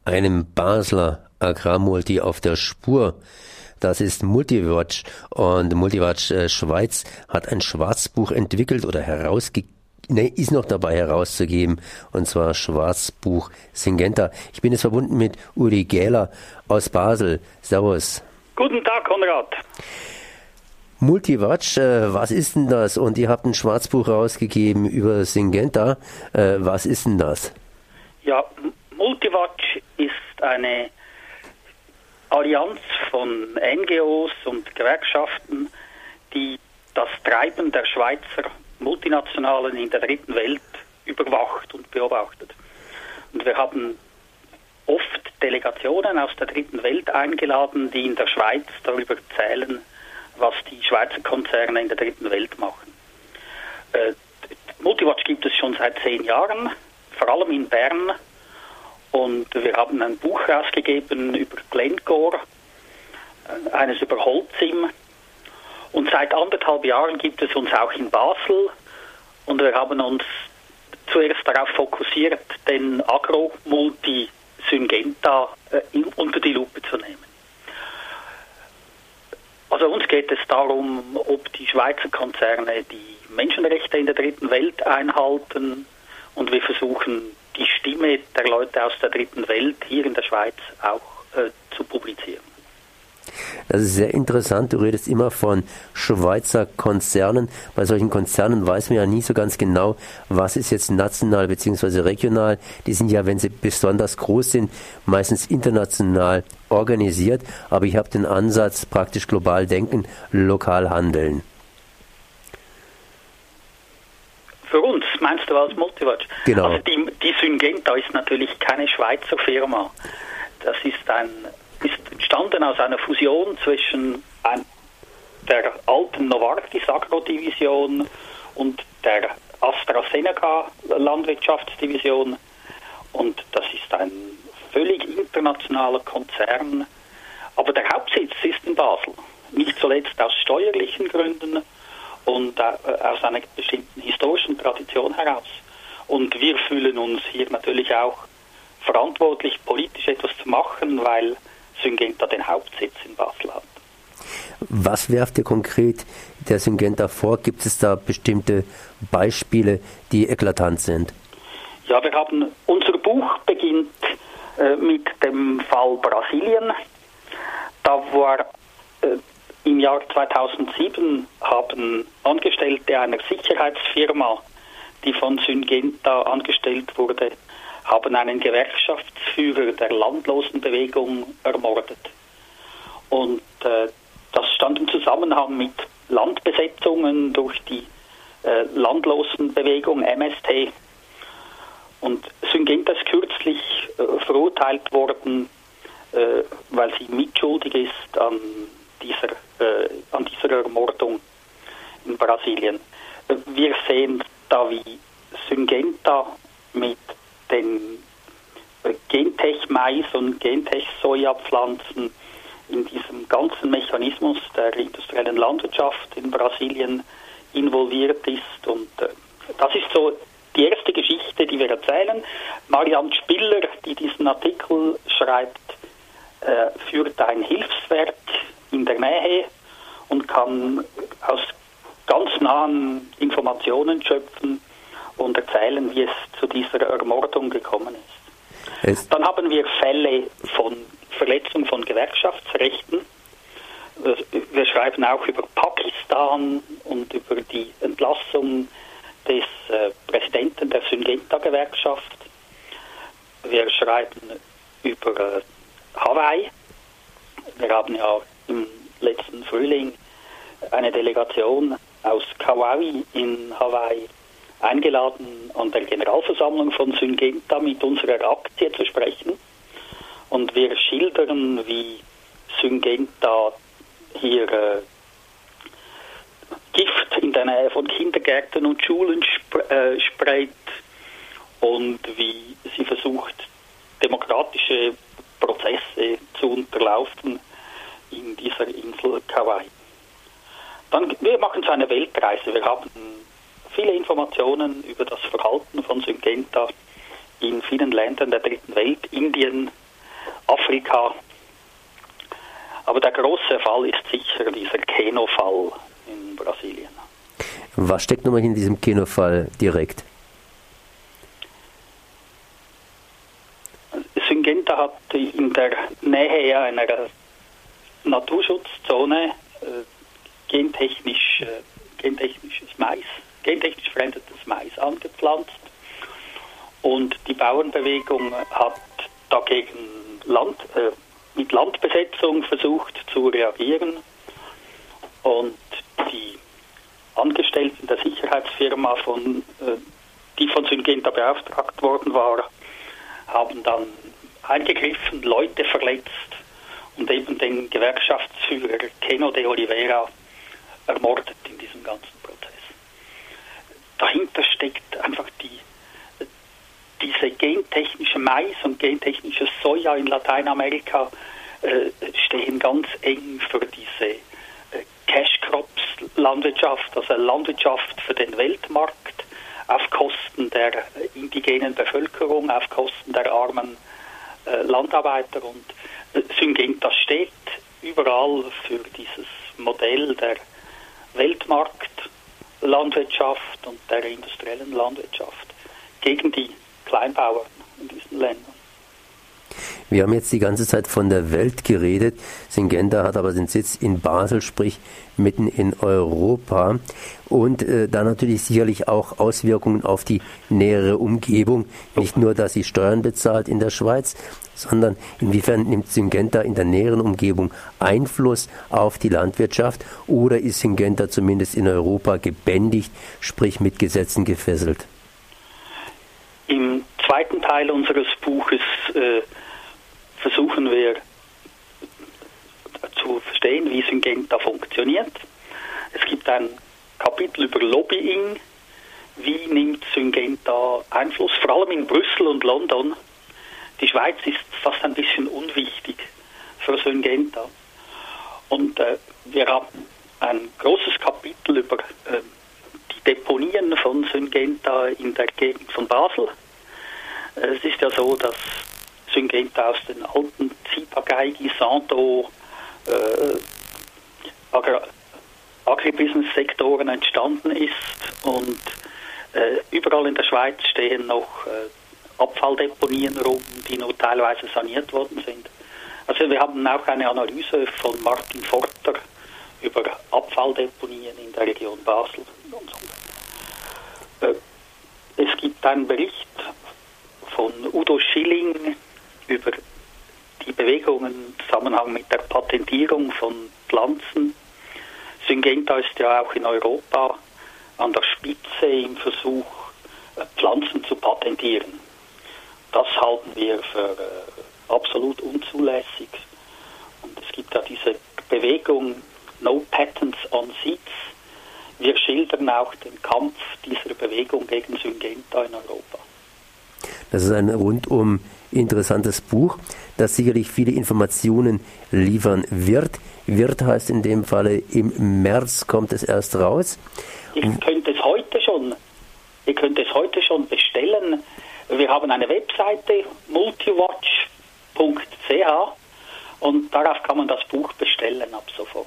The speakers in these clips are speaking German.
einem Basler Agrarmulti auf der Spur. Das ist Multiwatch, und Multiwatch Schweiz hat ein Schwarzbuch entwickelt oder ist noch dabei herauszugeben, und zwar Schwarzbuch Syngenta. Ich bin jetzt verbunden mit Uri Gähler aus Basel. Servus. Guten Tag, Konrad. Multiwatch, was ist denn das? Und ihr habt ein Schwarzbuch rausgegeben über Syngenta. Was ist denn das? Ja, Multiwatch ist eine Allianz von NGOs und Gewerkschaften, die das Treiben der Schweizer Multinationalen in der dritten Welt überwacht und beobachtet. Und wir haben oft Delegationen aus der dritten Welt eingeladen, die in der Schweiz darüber erzählen, was die Schweizer Konzerne in der dritten Welt machen. Multiwatch gibt es schon seit 10 Jahren, vor allem in Bern. Und wir haben ein Buch rausgegeben über Glencore, eines über Holcim. Und seit 1,5 Jahren gibt es uns auch in Basel. Und wir haben uns zuerst darauf fokussiert, den Agromulti Syngenta unter die Lupe zu nehmen. Also uns geht es darum, ob die Schweizer Konzerne die Menschenrechte in der dritten Welt einhalten, und wir versuchen, die Stimme der Leute aus der dritten Welt hier in der Schweiz auch zu publizieren. Das ist sehr interessant. Du redest immer von Schweizer Konzernen. Bei solchen Konzernen weiß man ja nie so ganz genau, was ist jetzt national bzw. regional. Die sind ja, wenn sie besonders groß sind, meistens international organisiert. Aber ich habe den Ansatz, praktisch global denken, lokal handeln. Für uns, meinst du als Multiwatch? Genau. Also die Syngenta ist natürlich keine Schweizer Firma. Das ist entstanden aus einer Fusion zwischen der alten Novartis Agrodivision und der AstraZeneca Landwirtschaftsdivision. Und das ist ein völlig internationaler Konzern. Aber der Hauptsitz ist in Basel. Nicht zuletzt aus steuerlichen Gründen und aus einer bestimmten historischen Tradition heraus. Und wir fühlen uns hier natürlich auch verantwortlich, politisch etwas zu machen, weil Syngenta den Hauptsitz in Basel hat. Was werft ihr konkret der Syngenta vor? Gibt es da bestimmte Beispiele, die eklatant sind? Ja, unser Buch beginnt mit dem Fall Brasilien. Da war im Jahr 2007 haben Angestellte einer Sicherheitsfirma, die von Syngenta angestellt wurde, haben einen Gewerkschaftsführer der Landlosenbewegung ermordet. Und das stand im Zusammenhang mit Landbesetzungen durch die Landlosenbewegung MST. Und Syngenta ist kürzlich verurteilt worden, weil sie mitschuldig ist an dieser Ermordung in Brasilien. Wir sehen da, wie Syngenta mit den Gentech-Mais und Gentech-Soja-Pflanzen in diesem ganzen Mechanismus der industriellen Landwirtschaft in Brasilien involviert ist. Und das ist so die erste Geschichte, die wir erzählen. Marianne Spiller, die diesen Artikel schreibt, führt ein Hilfswerk in der Nähe und kann aus ganz nahen Informationen schöpfen und erzählen, wie es zu dieser Ermordung gekommen ist. Dann haben wir Fälle von Verletzung von Gewerkschaftsrechten. Wir schreiben auch über Pakistan und über die Entlassung des Präsidenten der Syngenta-Gewerkschaft. Wir schreiben über Hawaii. Wir haben ja im letzten Frühling eine Delegation aus Kauai in Hawaii eingeladen, an der Generalversammlung von Syngenta mit unserer Aktie zu sprechen. Und wir schildern, wie Syngenta hier Gift in der Nähe von Kindergärten und Schulen sprayt und wie sie versucht, demokratische Prozesse zu unterlaufen in dieser Insel Kauai. Wir machen so eine Weltreise. Wir haben viele Informationen über das Verhalten von Syngenta in vielen Ländern der dritten Welt, Indien, Afrika. Aber der große Fall ist sicher dieser Keno-Fall in Brasilien. Was steckt nochmal in diesem Keno-Fall direkt? Syngenta hat in der Nähe einer Naturschutzzone gentechnisch verändertes Mais angepflanzt, und die Bauernbewegung hat dagegen mit Landbesetzung versucht zu reagieren, und die Angestellten der Sicherheitsfirma, die von Syngenta beauftragt worden war, haben dann eingegriffen, Leute verletzt und eben den Gewerkschaftsführer Keno de Oliveira ermordet in diesem ganzen Prozess. Dahinter steckt einfach diese gentechnische Mais und gentechnische Soja in Lateinamerika stehen ganz eng für diese Cash-Crops-Landwirtschaft, also Landwirtschaft für den Weltmarkt, auf Kosten der indigenen Bevölkerung, auf Kosten der armen Landarbeiter. Und Syngenta steht überall für dieses Modell der Weltmarktlandwirtschaft und der industriellen Landwirtschaft gegen die Kleinbauern in diesen Ländern. Wir haben jetzt die ganze Zeit von der Welt geredet. Syngenta hat aber den Sitz in Basel, sprich mitten in Europa. Und da natürlich sicherlich auch Auswirkungen auf die nähere Umgebung. Nicht nur, dass sie Steuern bezahlt in der Schweiz, sondern inwiefern nimmt Syngenta in der näheren Umgebung Einfluss auf die Landwirtschaft, oder ist Syngenta zumindest in Europa gebändigt, sprich mit Gesetzen gefesselt? Im zweiten Teil unseres Buches versuchen wir zu verstehen, wie Syngenta funktioniert. Es gibt ein Kapitel über Lobbying. Wie nimmt Syngenta Einfluss, vor allem in Brüssel und London? Die Schweiz ist fast ein bisschen unwichtig für Syngenta. Und wir haben ein großes Kapitel über die Deponien von Syngenta in der Gegend von Basel. Es ist ja so, dass Syngenta aus den alten Cipa-Geigy, Santo, Agribusiness-Sektoren entstanden ist, und überall in der Schweiz stehen noch Abfalldeponien rum, die nur teilweise saniert worden sind. Also wir haben auch eine Analyse von Martin Forter über Abfalldeponien in der Region Basel und so. Es gibt einen Bericht von Udo Schilling über die Bewegungen im Zusammenhang mit der Patentierung von Pflanzen. Syngenta ist ja auch in Europa an der Spitze im Versuch, Pflanzen zu patentieren. Das halten wir für absolut unzulässig. Und es gibt ja diese Bewegung No Patents on Seeds. Wir schildern auch den Kampf dieser Bewegung gegen Syngenta in Europa. Das ist ein rundum interessantes Buch, das sicherlich viele Informationen liefern wird. Wird heißt in dem Falle, im März kommt es erst raus. Ihr könnt es heute schon bestellen. Wir haben eine Webseite, multiwatch.ch, und darauf kann man das Buch bestellen ab sofort.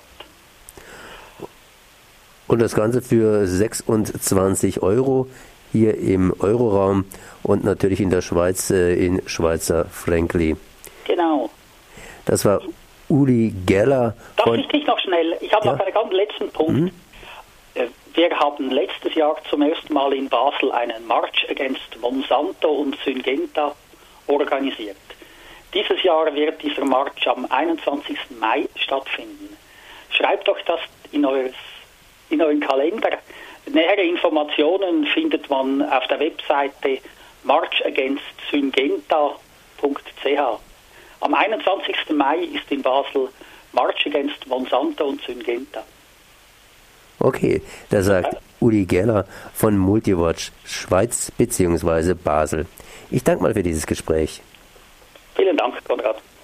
Und das Ganze für 26 € hier im Euroraum und natürlich in der Schweiz in Schweizer Frankli. Genau. Das war Uli Geller. Darf ich dich noch schnell? Ich habe noch einen ganz letzten Punkt. Wir haben letztes Jahr zum ersten Mal in Basel einen March against Monsanto und Syngenta organisiert. Dieses Jahr wird dieser March am 21. Mai stattfinden. Schreibt euch das in euren Kalender. Nähere Informationen findet man auf der Webseite marchagainstsyngenta.ch. Am 21. Mai ist in Basel March against Monsanto und Syngenta. Okay, da sagt Uli Geller von Multiwatch Schweiz bzw. Basel. Ich danke mal für dieses Gespräch. Vielen Dank, Konrad.